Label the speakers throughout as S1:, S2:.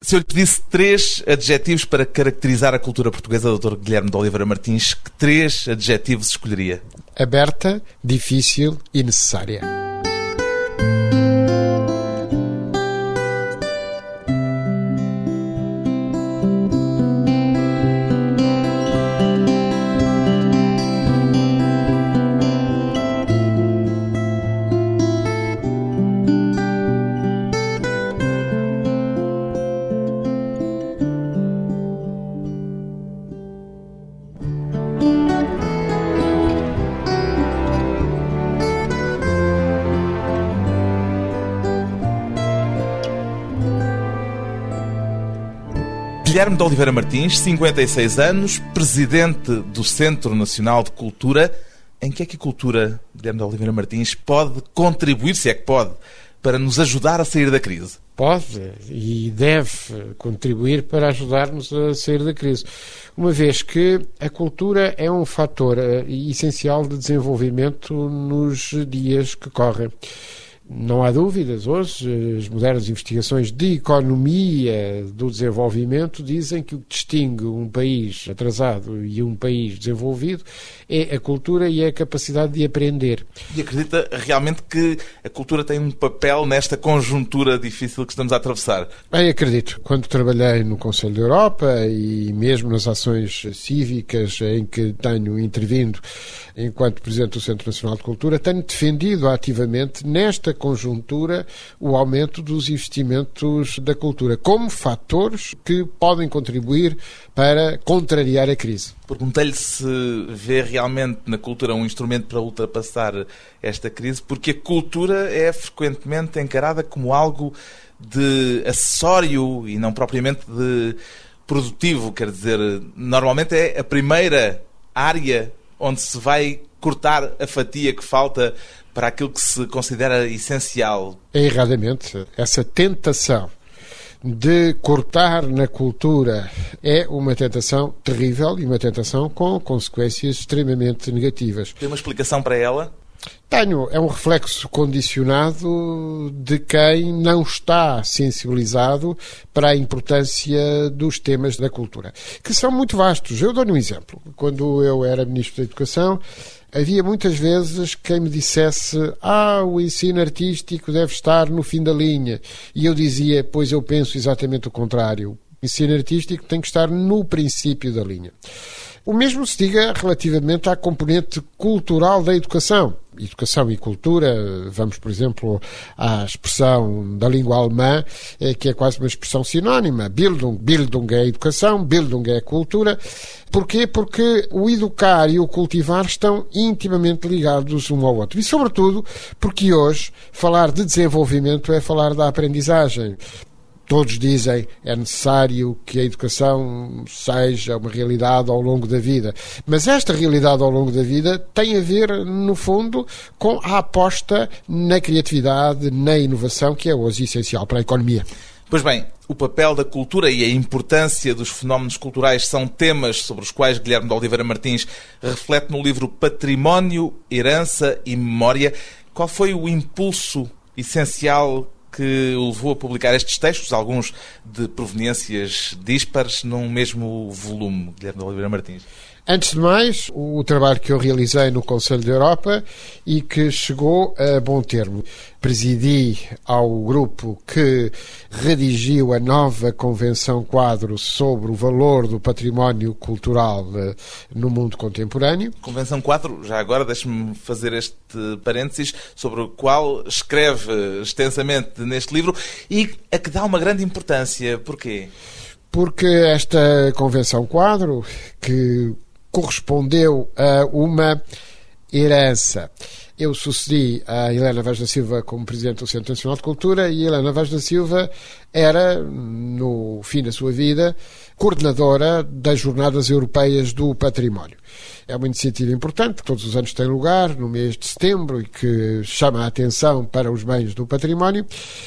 S1: Se eu lhe pedisse 3 adjetivos para caracterizar a cultura portuguesa, Dr. Guilherme de Oliveira Martins, que 3 adjetivos escolheria?
S2: Aberta, difícil e necessária.
S1: Guilherme de Oliveira Martins, 56 anos, presidente do Centro Nacional de Cultura. Em que é que a cultura, Guilherme de Oliveira Martins, pode contribuir, se é que pode, para nos ajudar a sair da crise?
S2: Pode e deve contribuir para ajudar-nos a sair da crise, uma vez que a cultura é um fator essencial de desenvolvimento nos dias que correm. Não há dúvidas, hoje as modernas investigações de economia do desenvolvimento dizem que o que distingue um país atrasado e um país desenvolvido é a cultura e é a capacidade de aprender.
S1: E acredita realmente que a cultura tem um papel nesta conjuntura difícil que estamos a atravessar?
S2: Bem, acredito. Quando trabalhei no Conselho da Europa e mesmo nas ações cívicas em que tenho intervindo enquanto Presidente do Centro Nacional de Cultura, tenho defendido ativamente nesta conjuntura o aumento dos investimentos da cultura como fatores que podem contribuir para contrariar a crise.
S1: Perguntei-lhe se vê realmente na cultura um instrumento para ultrapassar esta crise, porque a cultura é frequentemente encarada como algo de acessório e não propriamente de produtivo. Quer dizer, normalmente é a primeira área onde se vai cortar a fatia que falta para aquilo que se considera essencial.
S2: É erradamente. Essa tentação de cortar na cultura é uma tentação terrível e uma tentação com consequências extremamente negativas.
S1: Tem uma explicação para ela?
S2: Tenho. É um reflexo condicionado de quem não está sensibilizado para a importância dos temas da cultura, que são muito vastos. Eu dou-lhe um exemplo. Quando eu era Ministro da Educação, havia muitas vezes quem me dissesse o ensino artístico deve estar no fim da linha. E eu dizia, pois eu penso exatamente o contrário. O ensino artístico tem que estar no princípio da linha. O mesmo se diga relativamente à componente cultural da educação. Educação e cultura, vamos, por exemplo, à expressão da língua alemã, que é quase uma expressão sinónima. Bildung. Bildung é educação, Bildung é cultura. Porquê? Porque o educar e o cultivar estão intimamente ligados um ao outro. E, sobretudo, porque hoje falar de desenvolvimento é falar da aprendizagem. Todos dizem é necessário que a educação seja uma realidade ao longo da vida. Mas esta realidade ao longo da vida tem a ver, no fundo, com a aposta na criatividade, na inovação, que é hoje essencial para a economia.
S1: Pois bem, o papel da cultura e a importância dos fenómenos culturais são temas sobre os quais Guilherme de Oliveira Martins reflete no livro Património, Herança e Memória. Qual foi o impulso essencial que o levou a publicar estes textos, alguns de proveniências díspares, num mesmo volume, Guilherme de Oliveira Martins?
S2: Antes de mais, o trabalho que eu realizei no Conselho da Europa e que chegou a bom termo. Presidi ao grupo que redigiu a nova Convenção Quadro sobre o valor do património cultural no mundo contemporâneo.
S1: Convenção Quadro, já agora deixe-me fazer este parênteses, sobre o qual escreve extensamente neste livro e a que dá uma grande importância. Porquê?
S2: Porque esta Convenção Quadro, que correspondeu a uma herança. Eu sucedi a Helena Vaz da Silva como Presidente do Centro Nacional de Cultura e Helena Vaz da Silva era, no fim da sua vida, coordenadora das Jornadas Europeias do Património. É uma iniciativa importante, que todos os anos tem lugar, no mês de setembro, e que chama a atenção para os bens do património.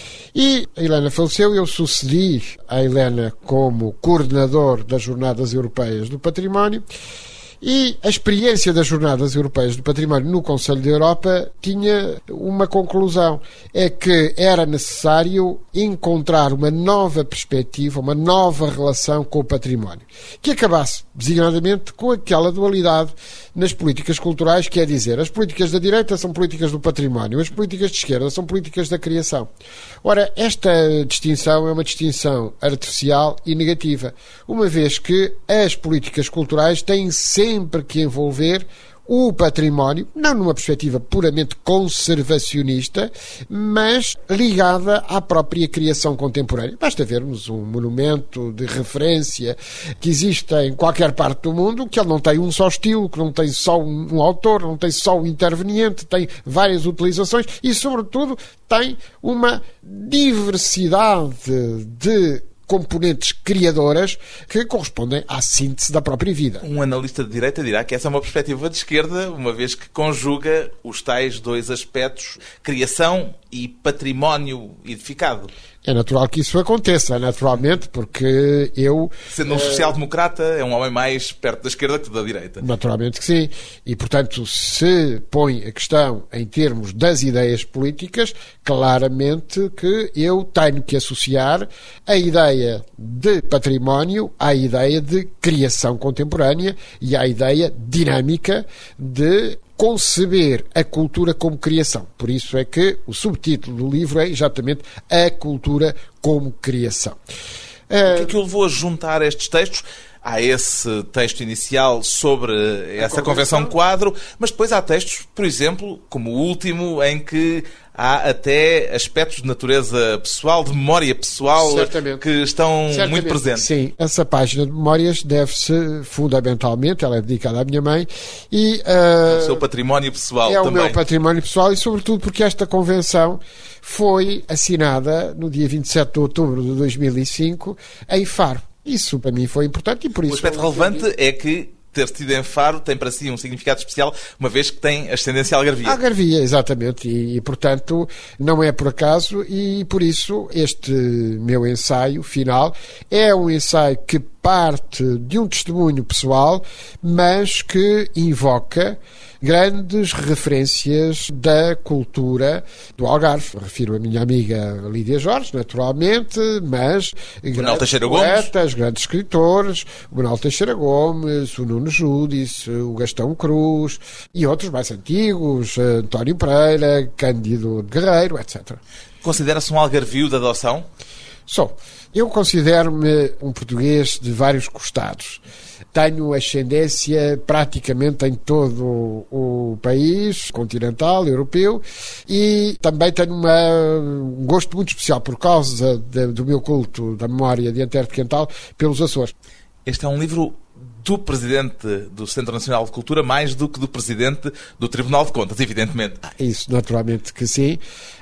S2: E a Helena faleceu, eu sucedi a Helena como coordenador das Jornadas Europeias do Património E a experiência das Jornadas Europeias do Património no Conselho da Europa tinha uma conclusão, é que era necessário encontrar uma nova perspectiva, uma nova relação com o património, que acabasse designadamente com aquela dualidade nas políticas culturais, que é dizer, as políticas da direita são políticas do património, as políticas de esquerda são políticas da criação. Ora, esta distinção é uma distinção artificial e negativa, uma vez que as políticas culturais têm sempre que envolver o património, não numa perspectiva puramente conservacionista, mas ligada à própria criação contemporânea. Basta vermos um monumento de referência que existe em qualquer parte do mundo, que ele não tem um só estilo, que não tem só um autor, não tem só um interveniente, tem várias utilizações e, sobretudo, tem uma diversidade de componentes criadoras que correspondem à síntese da própria vida.
S1: Um analista de direita dirá que essa é uma perspectiva de esquerda, uma vez que conjuga os tais dois aspectos, criação e património edificado.
S2: É natural que isso aconteça, naturalmente, porque eu...
S1: Sendo um social-democrata, é um homem mais perto da esquerda que da direita.
S2: Naturalmente que sim. E, portanto, se põe a questão em termos das ideias políticas, claramente que eu tenho que associar a ideia de património à ideia de criação contemporânea e à ideia dinâmica de conceber a cultura como criação. Por isso é que o subtítulo do livro é exatamente A Cultura como Criação.
S1: O que é o levou a juntar estes textos? Há esse texto inicial sobre essa Convenção Quadro, mas depois há textos, por exemplo, como o último, em que há até aspectos de natureza pessoal, de memória pessoal, que estão muito presentes.
S2: Sim, essa página de memórias deve-se fundamentalmente, ela é dedicada à minha mãe, e
S1: o seu património pessoal
S2: é
S1: também.
S2: O meu património pessoal e, sobretudo, porque esta convenção foi assinada no dia 27 de outubro de 2005 em Faro. Isso para mim foi importante e por isso...
S1: O aspecto relevante é que ter sido em Faro tem para si um significado especial, uma vez que tem ascendência algarvia.
S2: Algarvia, exatamente, e portanto não é por acaso e por isso este meu ensaio final é um ensaio que parte de um testemunho pessoal, mas que invoca grandes referências da cultura do Algarve. Refiro a minha amiga Lídia Jorge, naturalmente, mas grandes poetas, grandes escritores, o Manuel Teixeira Gomes, o Nuno Júdice, o Gastão Cruz e outros mais antigos, António Pereira, Cândido Guerreiro, etc.
S1: Considera-se um algarvio de adoção?
S2: Sou. Eu considero-me um português de vários costados. Tenho ascendência praticamente em todo o país continental, europeu, e também tenho um gosto muito especial por causa do meu culto da memória de Antero de Quental pelos Açores.
S1: Este é um livro do Presidente do Centro Nacional de Cultura mais do que do Presidente do Tribunal de Contas, evidentemente.
S2: Isso, naturalmente que sim.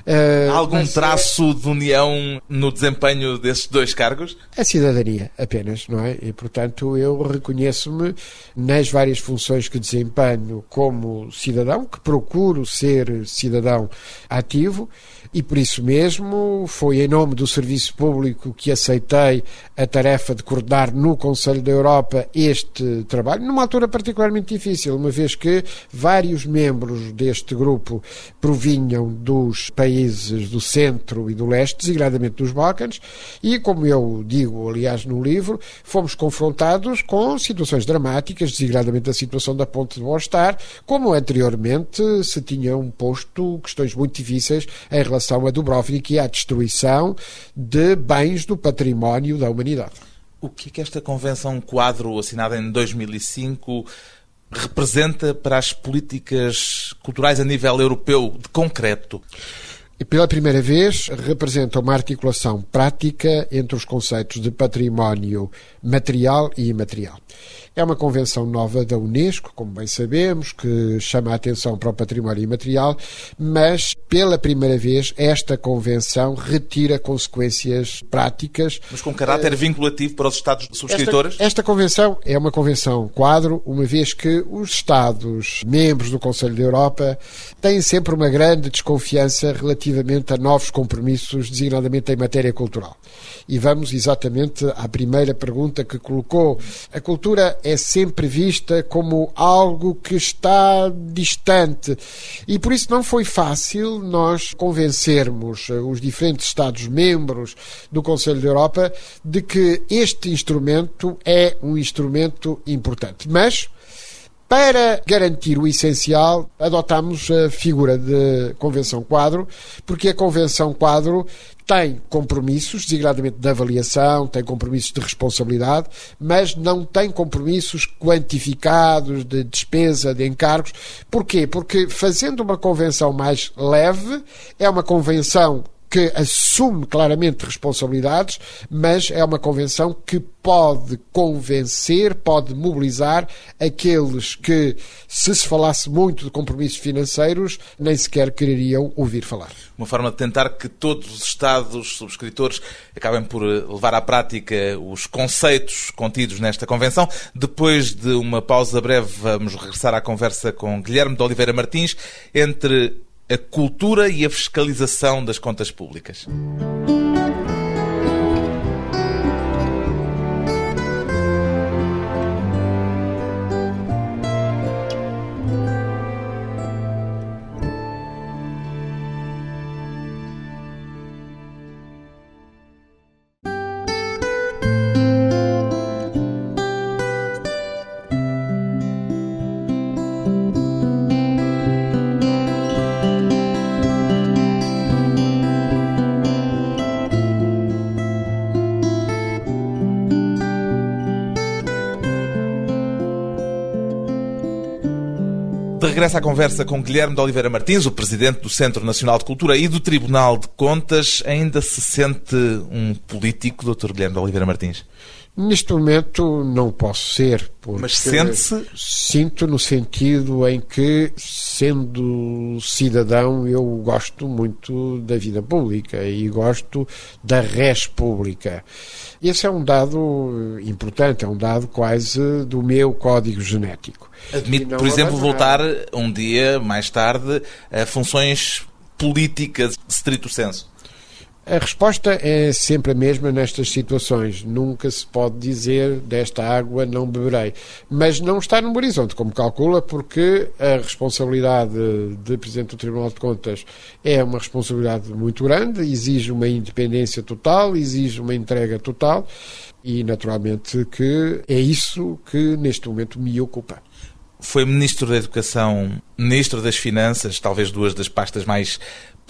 S1: Há algum traço de união no desempenho desses dois cargos?
S2: A cidadania, apenas, não é? E, portanto, eu reconheço-me nas várias funções que desempenho como cidadão, que procuro ser cidadão ativo, e por isso mesmo foi em nome do Serviço Público que aceitei a tarefa de coordenar no Conselho da Europa este trabalho, numa altura particularmente difícil, uma vez que vários membros deste grupo provinham dos países do centro e do leste, designadamente dos Balcãs, e, como eu digo, aliás, no livro, fomos confrontados com situações dramáticas, designadamente a situação da Ponte de Mostar, como anteriormente se tinham posto questões muito difíceis em relação a Dubrovnik e à destruição de bens do património da humanidade.
S1: O que é que esta Convenção Quadro, assinada em 2005, representa para as políticas culturais a nível europeu, de concreto?
S2: E pela primeira vez representa uma articulação prática entre os conceitos de património material e imaterial. É uma convenção nova da Unesco, como bem sabemos, que chama a atenção para o património imaterial, mas pela primeira vez esta convenção retira consequências práticas.
S1: Mas com caráter vinculativo para os Estados subscritores?
S2: Esta convenção é uma convenção quadro, uma vez que os Estados membros do Conselho da Europa têm sempre uma grande desconfiança relativa relativamente a novos compromissos, designadamente em matéria cultural. E vamos exatamente à primeira pergunta que colocou. A cultura é sempre vista como algo que está distante e por isso não foi fácil nós convencermos os diferentes Estados-membros do Conselho da Europa de que este instrumento é um instrumento importante. Mas, para garantir o essencial, adotámos a figura de Convenção-Quadro, porque a Convenção-Quadro tem compromissos, designadamente de avaliação, tem compromissos de responsabilidade, mas não tem compromissos quantificados de despesa, de encargos. Porquê? Porque fazendo uma convenção mais leve, é uma convenção que assume claramente responsabilidades, mas é uma convenção que pode convencer, pode mobilizar aqueles que, se falasse muito de compromissos financeiros, nem sequer quereriam ouvir falar.
S1: Uma forma de tentar que todos os Estados subscritores acabem por levar à prática os conceitos contidos nesta convenção. Depois de uma pausa breve, vamos regressar à conversa com Guilherme de Oliveira Martins entre a cultura e a fiscalização das contas públicas. De regresso à conversa com Guilherme de Oliveira Martins, o presidente do Centro Nacional de Cultura e do Tribunal de Contas. Ainda se sente um político, Dr. Guilherme de Oliveira Martins?
S2: Neste momento não posso ser.
S1: Mas sente-se?
S2: Sinto no sentido em que, sendo cidadão, eu gosto muito da vida pública e gosto da res pública. Esse é um dado importante, é um dado quase do meu código genético.
S1: Admite, por exemplo, voltar um dia mais tarde a funções políticas, stricto sensu?
S2: A resposta é sempre a mesma nestas situações. Nunca se pode dizer desta água não beberei. Mas não está no horizonte, como calcula, porque a responsabilidade de Presidente do Tribunal de Contas é uma responsabilidade muito grande, exige uma independência total, exige uma entrega total e, naturalmente, que é isso que neste momento me ocupa.
S1: Foi Ministro da Educação, Ministro das Finanças, talvez duas das pastas mais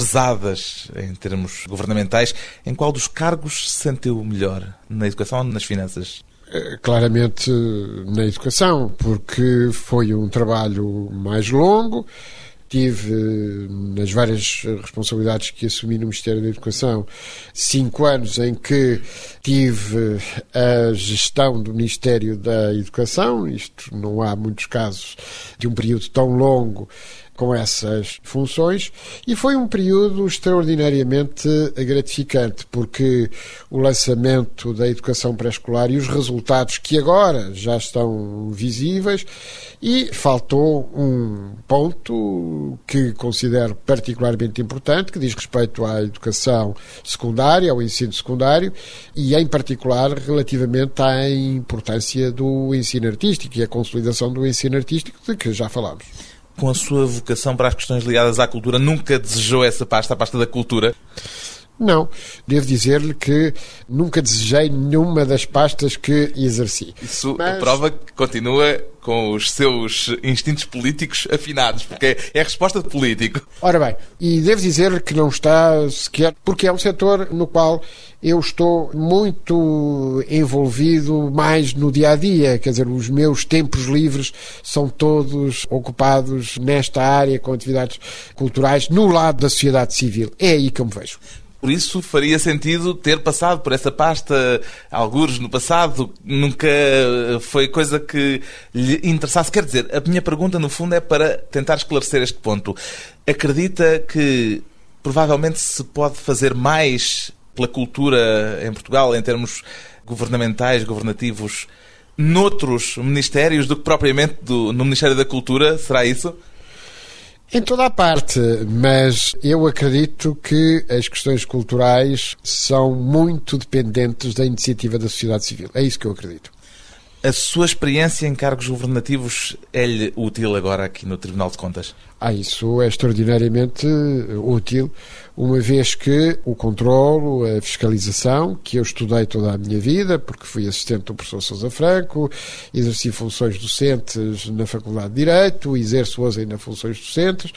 S1: pesadas em termos governamentais. Em qual dos cargos se sentiu melhor? Na educação ou nas finanças?
S2: Claramente na educação, porque foi um trabalho mais longo. Tive, nas várias responsabilidades que assumi no Ministério da Educação, 5 anos em que tive a gestão do Ministério da Educação. Isto não há muitos casos de um período tão longo com essas funções, e foi um período extraordinariamente gratificante, porque o lançamento da educação pré-escolar e os resultados que agora já estão visíveis, e faltou um ponto que considero particularmente importante, que diz respeito à educação secundária, ao ensino secundário, e em particular relativamente à importância do ensino artístico e a consolidação do ensino artístico, de que já falámos.
S1: Com a sua vocação para as questões ligadas à cultura, nunca desejou essa pasta, a pasta da cultura?
S2: Não. Devo dizer-lhe que nunca desejei nenhuma das pastas que exerci.
S1: Isso prova que continua com os seus instintos políticos afinados, porque é a resposta de político.
S2: Ora bem, e devo dizer-lhe que não está sequer, porque é um setor no qual eu estou muito envolvido mais no dia-a-dia, quer dizer, os meus tempos livres são todos ocupados nesta área com atividades culturais no lado da sociedade civil. É aí que eu me vejo.
S1: Por isso faria sentido ter passado por essa pasta algures no passado, nunca foi coisa que lhe interessasse. Quer dizer, a minha pergunta no fundo é para tentar esclarecer este ponto. Acredita que provavelmente se pode fazer mais pela cultura em Portugal, em termos governamentais, governativos, noutros ministérios do que propriamente no Ministério da Cultura? Será isso?
S2: Em toda a parte, mas eu acredito que as questões culturais são muito dependentes da iniciativa da sociedade civil. É isso que eu acredito.
S1: A sua experiência em cargos governativos é-lhe útil agora aqui no Tribunal de Contas?
S2: Isso é extraordinariamente útil, uma vez que o controlo, a fiscalização, que eu estudei toda a minha vida, porque fui assistente do professor Sousa Franco, exerci funções docentes na Faculdade de Direito, exerço hoje ainda funções docentes,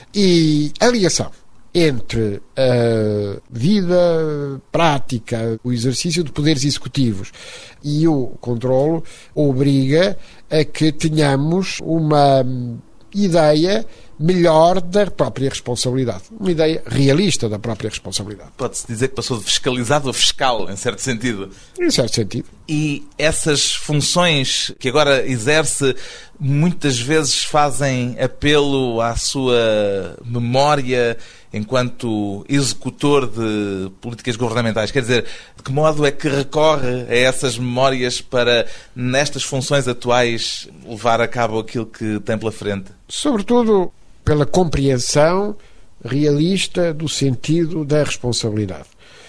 S2: e a ligação entre a vida prática, o exercício de poderes executivos e o controlo obriga a que tenhamos uma ideia melhor da própria responsabilidade. Uma ideia realista da própria responsabilidade.
S1: Pode-se dizer que passou de fiscalizado a fiscal, em certo sentido.
S2: Em certo sentido.
S1: E essas funções que agora exerce muitas vezes fazem apelo à sua memória enquanto executor de políticas governamentais. Quer dizer, de que modo é que recorre a essas memórias para, nestas funções atuais, levar a cabo aquilo que tem pela frente?
S2: Sobretudo pela compreensão realista do sentido da responsabilidade.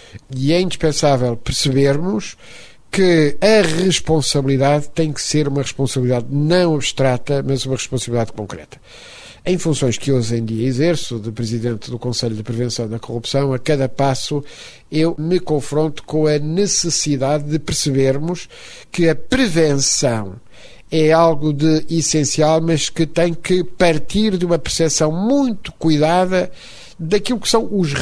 S2: E é indispensável percebermos que a responsabilidade tem que ser uma responsabilidade não abstrata, mas uma responsabilidade concreta. Em funções que hoje em dia exerço, de Presidente do Conselho de Prevenção da Corrupção, a cada passo eu me confronto com a necessidade de percebermos que a prevenção é algo de essencial, mas que tem que partir de uma percepção muito cuidada daquilo que são os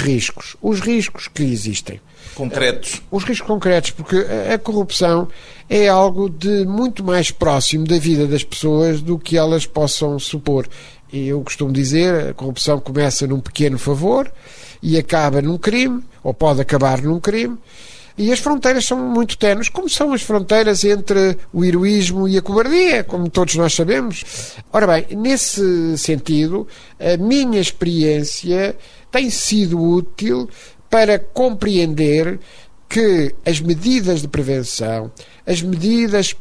S2: riscos que existem.
S1: Concretos.
S2: Os riscos concretos, porque a corrupção é algo de muito mais próximo da vida das pessoas do que elas possam supor. Eu costumo dizer, a corrupção começa num pequeno favor e acaba num crime, ou pode acabar num crime, e as fronteiras são muito ténues, como são as fronteiras entre o heroísmo e a cobardia, como todos nós sabemos. Ora bem, nesse sentido, a minha experiência tem sido útil para compreender que as medidas de prevenção, as medidas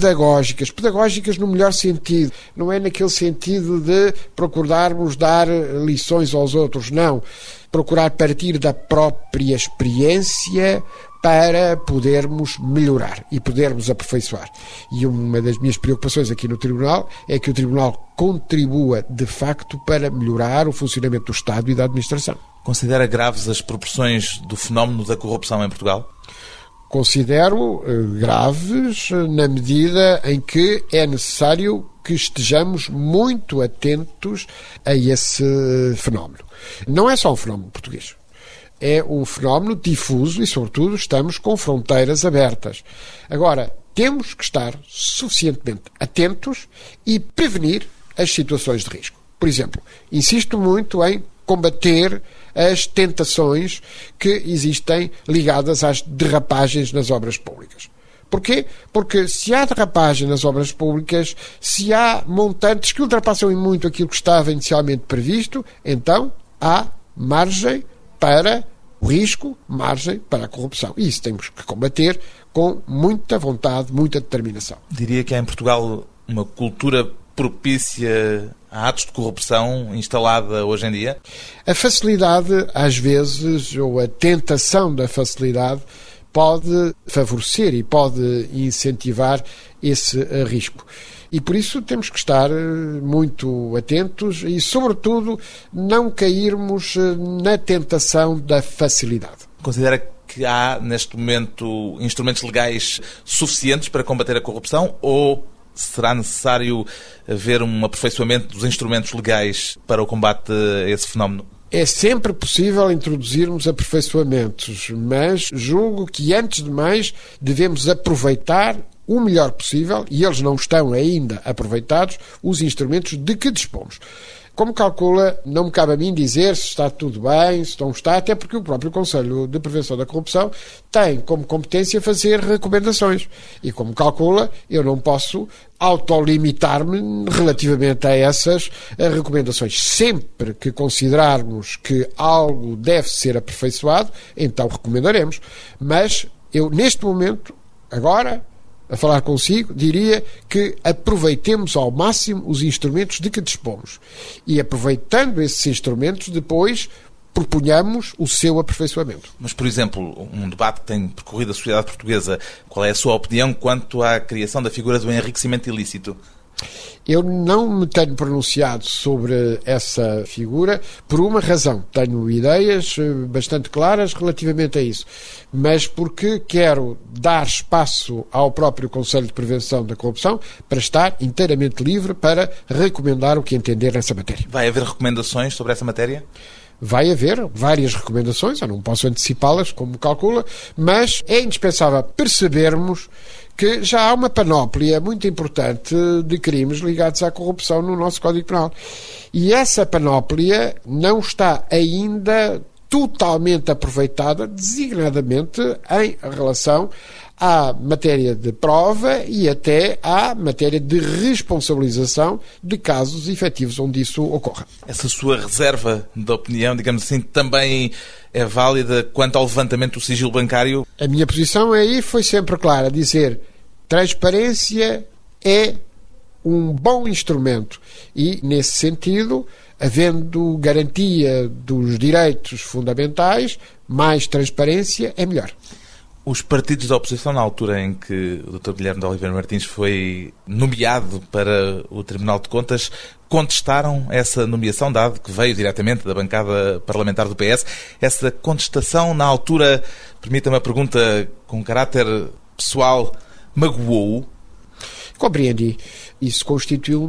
S2: pedagógicas no melhor sentido, não é naquele sentido de procurarmos dar lições aos outros, não. Procurar partir da própria experiência para podermos melhorar e podermos aperfeiçoar. E uma das minhas preocupações aqui no Tribunal é que o Tribunal contribua, de facto, para melhorar o funcionamento do Estado e da administração.
S1: Considera graves as proporções do fenómeno da corrupção em Portugal?
S2: Considero graves na medida em que é necessário que estejamos muito atentos a esse fenómeno. Não é só um fenómeno português. É um fenómeno difuso e, sobretudo, estamos com fronteiras abertas. Agora, temos que estar suficientemente atentos e prevenir as situações de risco. Por exemplo, insisto muito em combater as tentações que existem ligadas às derrapagens nas obras públicas. Porquê? Porque se há derrapagem nas obras públicas, se há montantes que ultrapassam em muito aquilo que estava inicialmente previsto, então há margem para o risco, margem para a corrupção. E isso temos que combater com muita vontade, muita determinação.
S1: Diria que há em Portugal uma cultura propícia a atos de corrupção instalada hoje em dia?
S2: A facilidade, às vezes, ou a tentação da facilidade, pode favorecer e pode incentivar esse risco. E por isso temos que estar muito atentos e, sobretudo, não cairmos na tentação da facilidade.
S1: Considera que há, neste momento, instrumentos legais suficientes para combater a corrupção ou será necessário haver um aperfeiçoamento dos instrumentos legais para o combate a esse fenómeno?
S2: É sempre possível introduzirmos aperfeiçoamentos, mas julgo que, antes de mais, devemos aproveitar o melhor possível, e eles não estão ainda aproveitados, os instrumentos de que dispomos. Como calcula, não me cabe a mim dizer se está tudo bem, se não está, até porque o próprio Conselho de Prevenção da Corrupção tem como competência fazer recomendações. E como calcula, eu não posso autolimitar-me relativamente a essas recomendações. Sempre que considerarmos que algo deve ser aperfeiçoado, então recomendaremos. Mas eu, neste momento, agora, a falar consigo, diria que aproveitemos ao máximo os instrumentos de que dispomos. E aproveitando esses instrumentos, depois propunhamos o seu aperfeiçoamento.
S1: Mas, por exemplo, um debate que tem percorrido a sociedade portuguesa, qual é a sua opinião quanto à criação da figura do enriquecimento ilícito?
S2: Eu não me tenho pronunciado sobre essa figura por uma razão. Tenho ideias bastante claras relativamente a isso, mas porque quero dar espaço ao próprio Conselho de Prevenção da Corrupção para estar inteiramente livre para recomendar o que entender nessa matéria.
S1: Vai haver recomendações sobre essa matéria?
S2: Vai haver várias recomendações, eu não posso antecipá-las, como calcula, mas é indispensável percebermos que já há uma panóplia muito importante de crimes ligados à corrupção no nosso Código Penal. E essa panóplia não está ainda totalmente aproveitada, designadamente em relação à matéria de prova e até à matéria de responsabilização de casos efetivos onde isso ocorra.
S1: Essa sua reserva de opinião, digamos assim, também é válida quanto ao levantamento do sigilo bancário?
S2: A minha posição aí foi sempre clara, dizer transparência é um bom instrumento e, nesse sentido, havendo garantia dos direitos fundamentais, mais transparência é melhor.
S1: Os partidos da oposição, na altura em que o Dr. Guilherme de Oliveira Martins foi nomeado para o Tribunal de Contas, contestaram essa nomeação, dado que veio diretamente da bancada parlamentar do PS. Essa contestação, na altura, permita-me a pergunta com caráter pessoal, magoou-o?
S2: Compreendi. Isso constituiu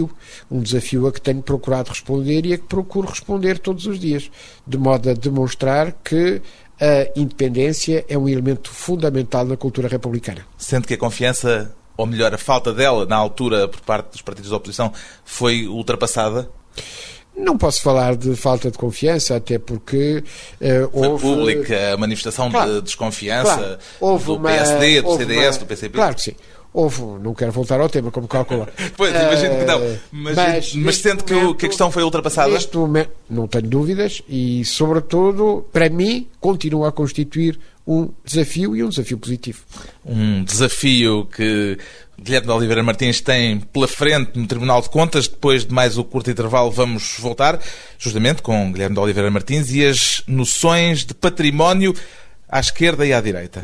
S2: um desafio a que tenho procurado responder e a que procuro responder todos os dias, de modo a demonstrar que a independência é um elemento fundamental na cultura republicana.
S1: Sente que a confiança, ou melhor, a falta dela, na altura, por parte dos partidos da oposição, foi ultrapassada?
S2: Não posso falar de falta de confiança, até porque houve...
S1: Foi pública a manifestação de desconfiança do PSD, do CDS, do PCP?
S2: Claro que sim. Não quero voltar ao tema, como calcula.
S1: Pois, imagino que não. Mas sente que a questão foi ultrapassada?
S2: Neste momento, não tenho dúvidas e, sobretudo, para mim, continua a constituir um desafio e um desafio positivo.
S1: Um desafio que Guilherme de Oliveira Martins tem pela frente no Tribunal de Contas. Depois de mais um curto intervalo, vamos voltar justamente com Guilherme de Oliveira Martins e as noções de património à esquerda e à direita.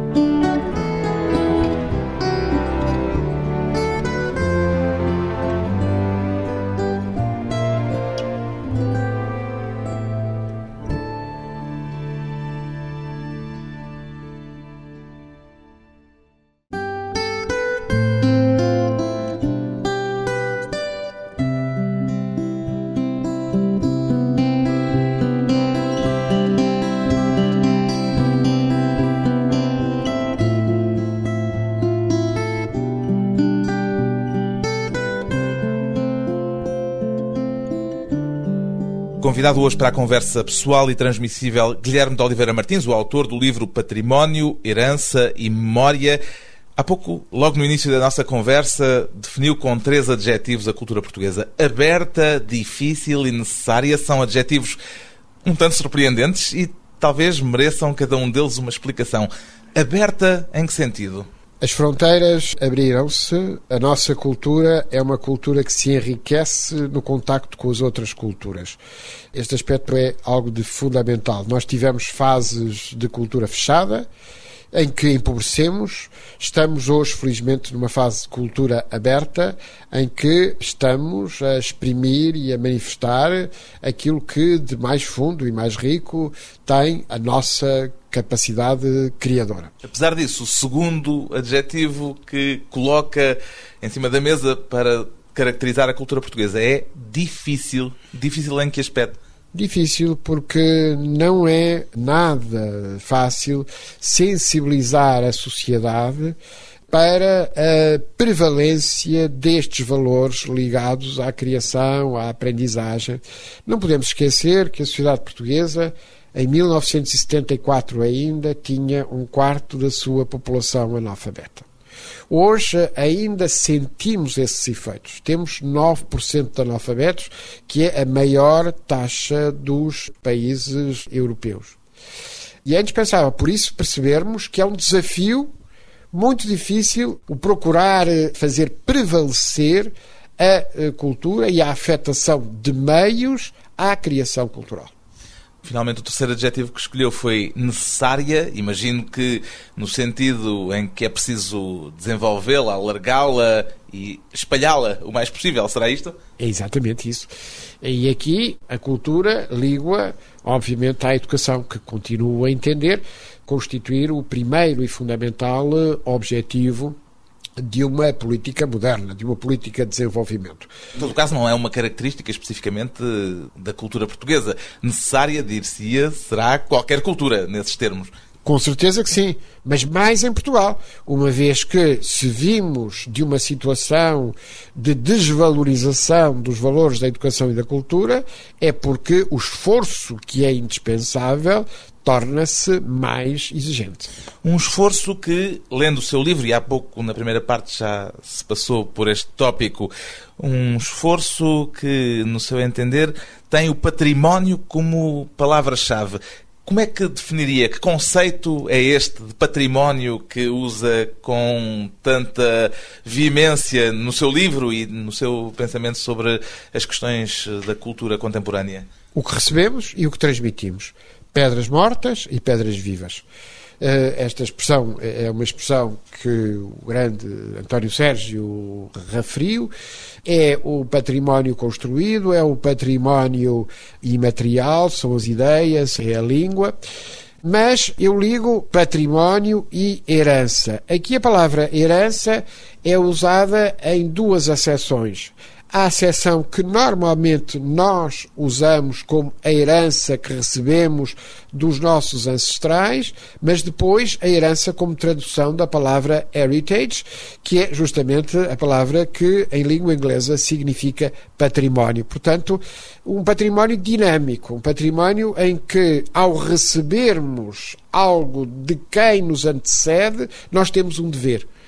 S1: Convidado hoje para a conversa pessoal e transmissível Guilherme de Oliveira Martins, o autor do livro Património, Herança e Memória. Há pouco, logo no início da nossa conversa, definiu com 3 adjetivos a cultura portuguesa. Aberta, difícil e necessária são adjetivos um tanto surpreendentes e talvez mereçam cada um deles uma explicação. Aberta em que sentido?
S2: As fronteiras abriram-se, a nossa cultura é uma cultura que se enriquece no contacto com as outras culturas. Este aspecto é algo de fundamental. Nós tivemos fases de cultura fechada, em que empobrecemos. Estamos hoje, felizmente, numa fase de cultura aberta, em que estamos a exprimir e a manifestar aquilo que de mais fundo e mais rico tem a nossa capacidade criadora.
S1: Apesar disso, o segundo adjetivo que coloca em cima da mesa para caracterizar a cultura portuguesa é difícil. Difícil em que aspecto?
S2: Difícil porque não é nada fácil sensibilizar a sociedade para a prevalência destes valores ligados à criação, à aprendizagem. Não podemos esquecer que a sociedade portuguesa, em 1974 ainda, tinha 1/4 da sua população analfabeta. Hoje ainda sentimos esses efeitos. Temos 9% de analfabetos, que é a maior taxa dos países europeus. E é indispensável, por isso, percebermos que é um desafio muito difícil o procurar fazer prevalecer a cultura e a afetação de meios à criação cultural.
S1: Finalmente, o terceiro adjetivo que escolheu foi necessária. Imagino que no sentido em que é preciso desenvolvê-la, alargá-la e espalhá-la o mais possível. Será isto?
S2: É exatamente isso. E aqui a cultura liga, obviamente, à educação, que continuo a entender constituir o primeiro e fundamental objetivo de uma política moderna, de uma política de desenvolvimento.
S1: Em todo caso, não é uma característica especificamente da cultura portuguesa. Necessária, dir-se-ia, será qualquer cultura, nesses termos.
S2: Com certeza que sim, mas mais em Portugal, uma vez que se vimos de uma situação de desvalorização dos valores da educação e da cultura, é porque o esforço que é indispensável torna-se mais exigente.
S1: Um esforço que, lendo o seu livro, e há pouco na primeira parte já se passou por este tópico, um esforço que, no seu entender, tem o património como palavra-chave. Como é que definiria? Que conceito é este de património que usa com tanta veemência no seu livro e no seu pensamento sobre as questões da cultura contemporânea?
S2: O que recebemos e o que transmitimos. Pedras mortas e pedras vivas. Esta expressão é uma expressão que o grande António Sérgio referiu. É o património construído, é o património imaterial, são as ideias, é a língua. Mas eu ligo património e herança. Aqui a palavra herança é usada em duas acessões. A acessão que normalmente nós usamos como a herança que recebemos dos nossos ancestrais, mas depois a herança como tradução da palavra heritage, que é justamente a palavra que em língua inglesa significa património. Portanto, um património dinâmico, um património em que, ao recebermos algo de quem nos antecede, nós temos um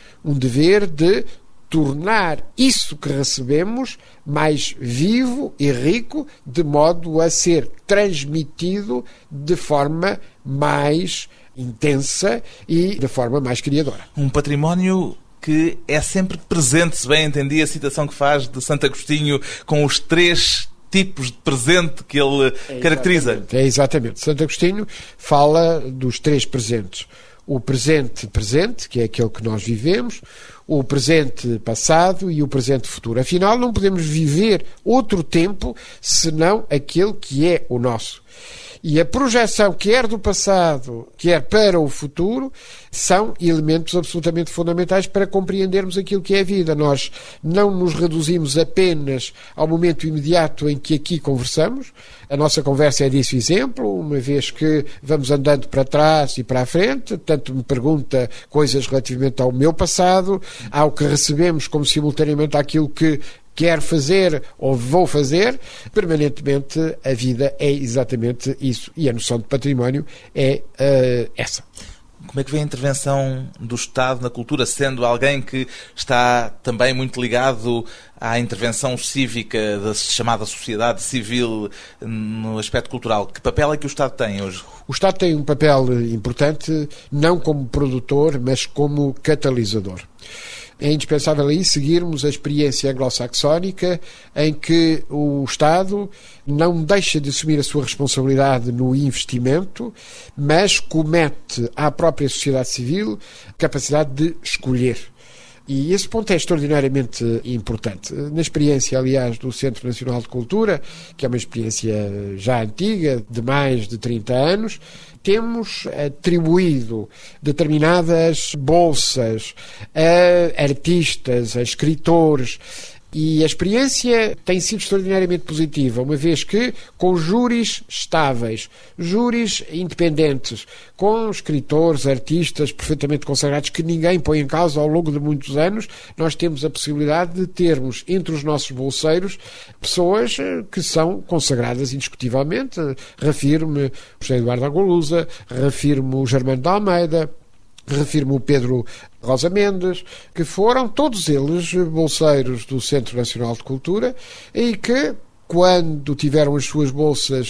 S2: dever de tornar isso que recebemos mais vivo e rico, de modo a ser transmitido de forma mais intensa e de forma mais criadora.
S1: Um património que é sempre presente, se bem entendi a citação que faz de Santo Agostinho com os 3 tipos de presente que ele caracteriza.
S2: É exatamente. Santo Agostinho fala dos 3 presentes. O presente, que é aquele que nós vivemos, o presente passado e o presente futuro. Afinal, não podemos viver outro tempo senão aquele que é o nosso. E a projeção, quer do passado, quer para o futuro, são elementos absolutamente fundamentais para compreendermos aquilo que é a vida. Nós não nos reduzimos apenas ao momento imediato em que aqui conversamos. A nossa conversa é disso exemplo, uma vez que vamos andando para trás e para a frente, tanto me pergunta coisas relativamente ao meu passado, ao que recebemos como simultaneamente àquilo que quer fazer ou vou fazer. Permanentemente a vida é exatamente isso, e a noção de património é essa.
S1: Como é que vê a intervenção do Estado na cultura, sendo alguém que está também muito ligado à intervenção cívica da chamada sociedade civil no aspecto cultural? Que papel é que o Estado tem hoje?
S2: O Estado tem um papel importante, não como produtor, mas como catalisador. É indispensável aí seguirmos a experiência anglo-saxónica, em que o Estado não deixa de assumir a sua responsabilidade no investimento, mas comete à própria sociedade civil a capacidade de escolher. E esse ponto é extraordinariamente importante. Na experiência, aliás, do Centro Nacional de Cultura, que é uma experiência já antiga, de mais de 30 anos, temos atribuído determinadas bolsas a artistas, a escritores, e a experiência tem sido extraordinariamente positiva, uma vez que, com júris estáveis, júris independentes, com escritores, artistas perfeitamente consagrados, que ninguém põe em causa ao longo de muitos anos, nós temos a possibilidade de termos entre os nossos bolseiros pessoas que são consagradas indiscutivelmente. Refiro-me o José Eduardo Agualusa, refiro-me o Germano de Almeida, refiro-me o Pedro Rosa Mendes, que foram todos eles bolseiros do Centro Nacional de Cultura e que, quando tiveram as suas bolsas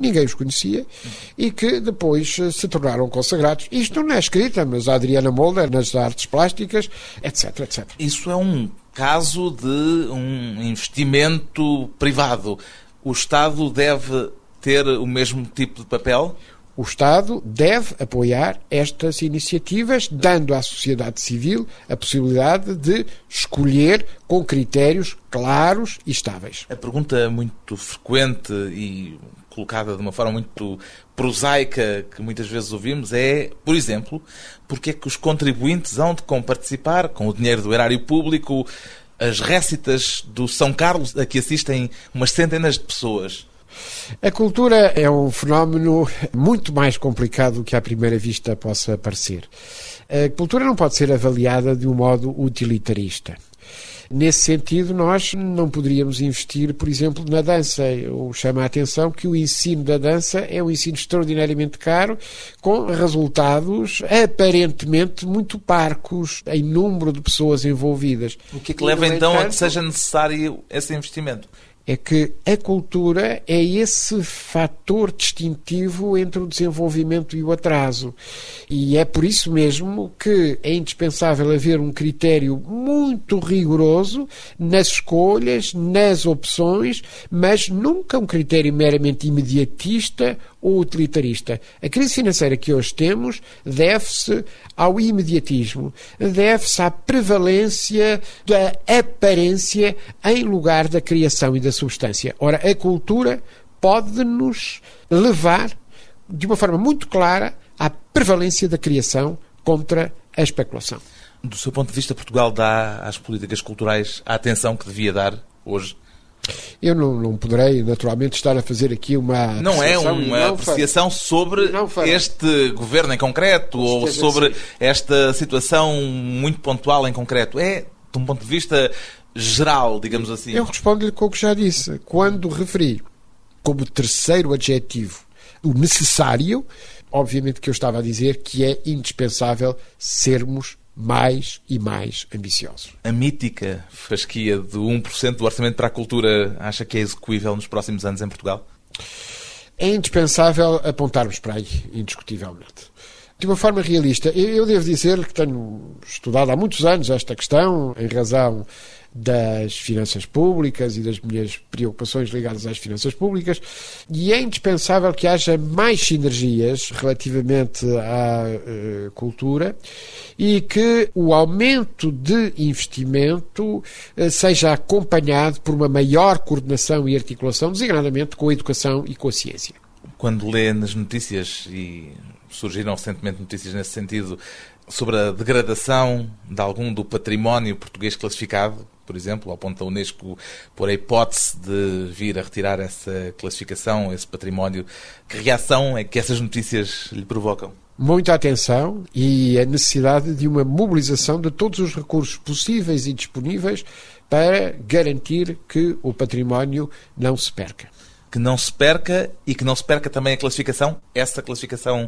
S2: ninguém os conhecia e que depois se tornaram consagrados. Isto na escrita, mas a Adriana Molder nas artes plásticas, etc, etc.
S1: Isso é um caso de um investimento privado. O Estado deve ter o mesmo tipo de papel?
S2: O Estado deve apoiar estas iniciativas, dando à sociedade civil a possibilidade de escolher com critérios claros e estáveis.
S1: A pergunta muito frequente e colocada de uma forma muito prosaica que muitas vezes ouvimos é, por exemplo, porque é que os contribuintes hão de participar com o dinheiro do erário público as récitas do São Carlos a que assistem umas centenas de pessoas?
S2: A cultura é um fenómeno muito mais complicado do que à primeira vista possa parecer. A cultura não pode ser avaliada de um modo utilitarista. Nesse sentido, nós não poderíamos investir, por exemplo, na dança. Eu chamo a atenção que o ensino da dança é um ensino extraordinariamente caro, com resultados aparentemente muito parcos em número de pessoas envolvidas.
S1: O que é que leva então a que seja necessário esse investimento?
S2: É que a cultura é esse fator distintivo entre o desenvolvimento e o atraso. E é por isso mesmo que é indispensável haver um critério muito rigoroso nas escolhas, nas opções, mas nunca um critério meramente imediatista ou utilitarista. A crise financeira que hoje temos deve-se ao imediatismo, deve-se à prevalência da aparência em lugar da criação e da substância. Ora, a cultura pode-nos levar, de uma forma muito clara, à prevalência da criação contra a especulação.
S1: Do seu ponto de vista, Portugal dá às políticas culturais a atenção que devia dar hoje?
S2: Eu não poderei, naturalmente, estar a fazer aqui uma...
S1: Não é uma apreciação sobre este governo em concreto ou sobre assim, esta situação muito pontual em concreto. É, de um ponto de vista geral, digamos assim.
S2: Eu respondo-lhe com o que já disse. Quando referi como terceiro adjetivo o necessário, obviamente que eu estava a dizer que é indispensável sermos mais e mais ambiciosos.
S1: A mítica fasquia de 1% do orçamento para a cultura acha que é execuível nos próximos anos em Portugal?
S2: É indispensável apontarmos para aí, indiscutivelmente. De uma forma realista, eu devo dizer que tenho estudado há muitos anos esta questão, em razão das finanças públicas e das minhas preocupações ligadas às finanças públicas, e é indispensável que haja mais sinergias relativamente à cultura e que o aumento de investimento seja acompanhado por uma maior coordenação e articulação, designadamente com a educação e com a ciência.
S1: Quando lê nas notícias, e surgiram recentemente notícias nesse sentido, sobre a degradação de algum do património português classificado, por exemplo, ao ponto da Unesco pôr a hipótese de vir a retirar essa classificação, esse património, que reação é que essas notícias lhe provocam?
S2: Muita atenção e a necessidade de uma mobilização de todos os recursos possíveis e disponíveis para garantir que o património não se perca.
S1: Que não se perca e que não se perca também a classificação. Essa classificação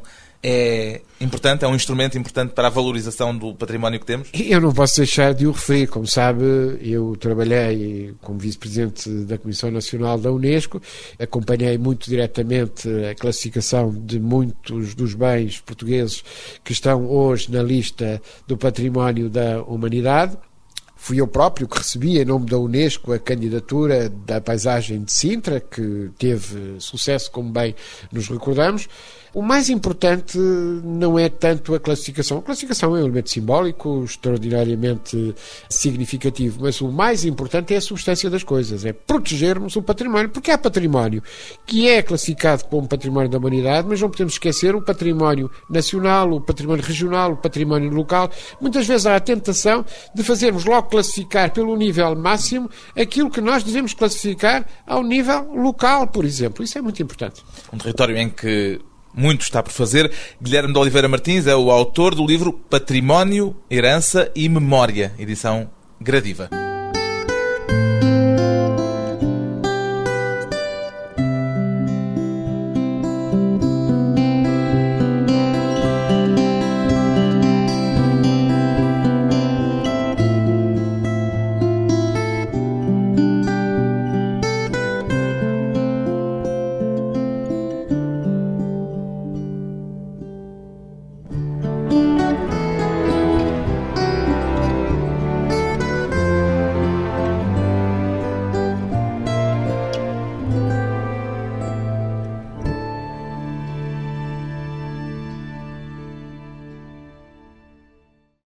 S1: é importante, é um instrumento importante para a valorização do património que temos?
S2: Eu não posso deixar de o referir. Como sabe, eu trabalhei como vice-presidente da Comissão Nacional da Unesco, acompanhei muito diretamente a classificação de muitos dos bens portugueses que estão hoje na lista do património da humanidade. Fui eu próprio que recebi, em nome da Unesco, a candidatura da paisagem de Sintra, que teve sucesso, como bem nos recordamos. O mais importante não é tanto a classificação. A classificação é um elemento simbólico, extraordinariamente significativo, mas o mais importante é a substância das coisas, é protegermos o património, porque há património que é classificado como património da humanidade, mas não podemos esquecer o património nacional, o património regional, o património local. Muitas vezes há a tentação de fazermos logo classificar pelo nível máximo aquilo que nós devemos classificar ao nível local, por exemplo. Isso é muito importante.
S1: Um território em que muito está por fazer. Guilherme de Oliveira Martins é o autor do livro Património, Herança e Memória, edição Gradiva.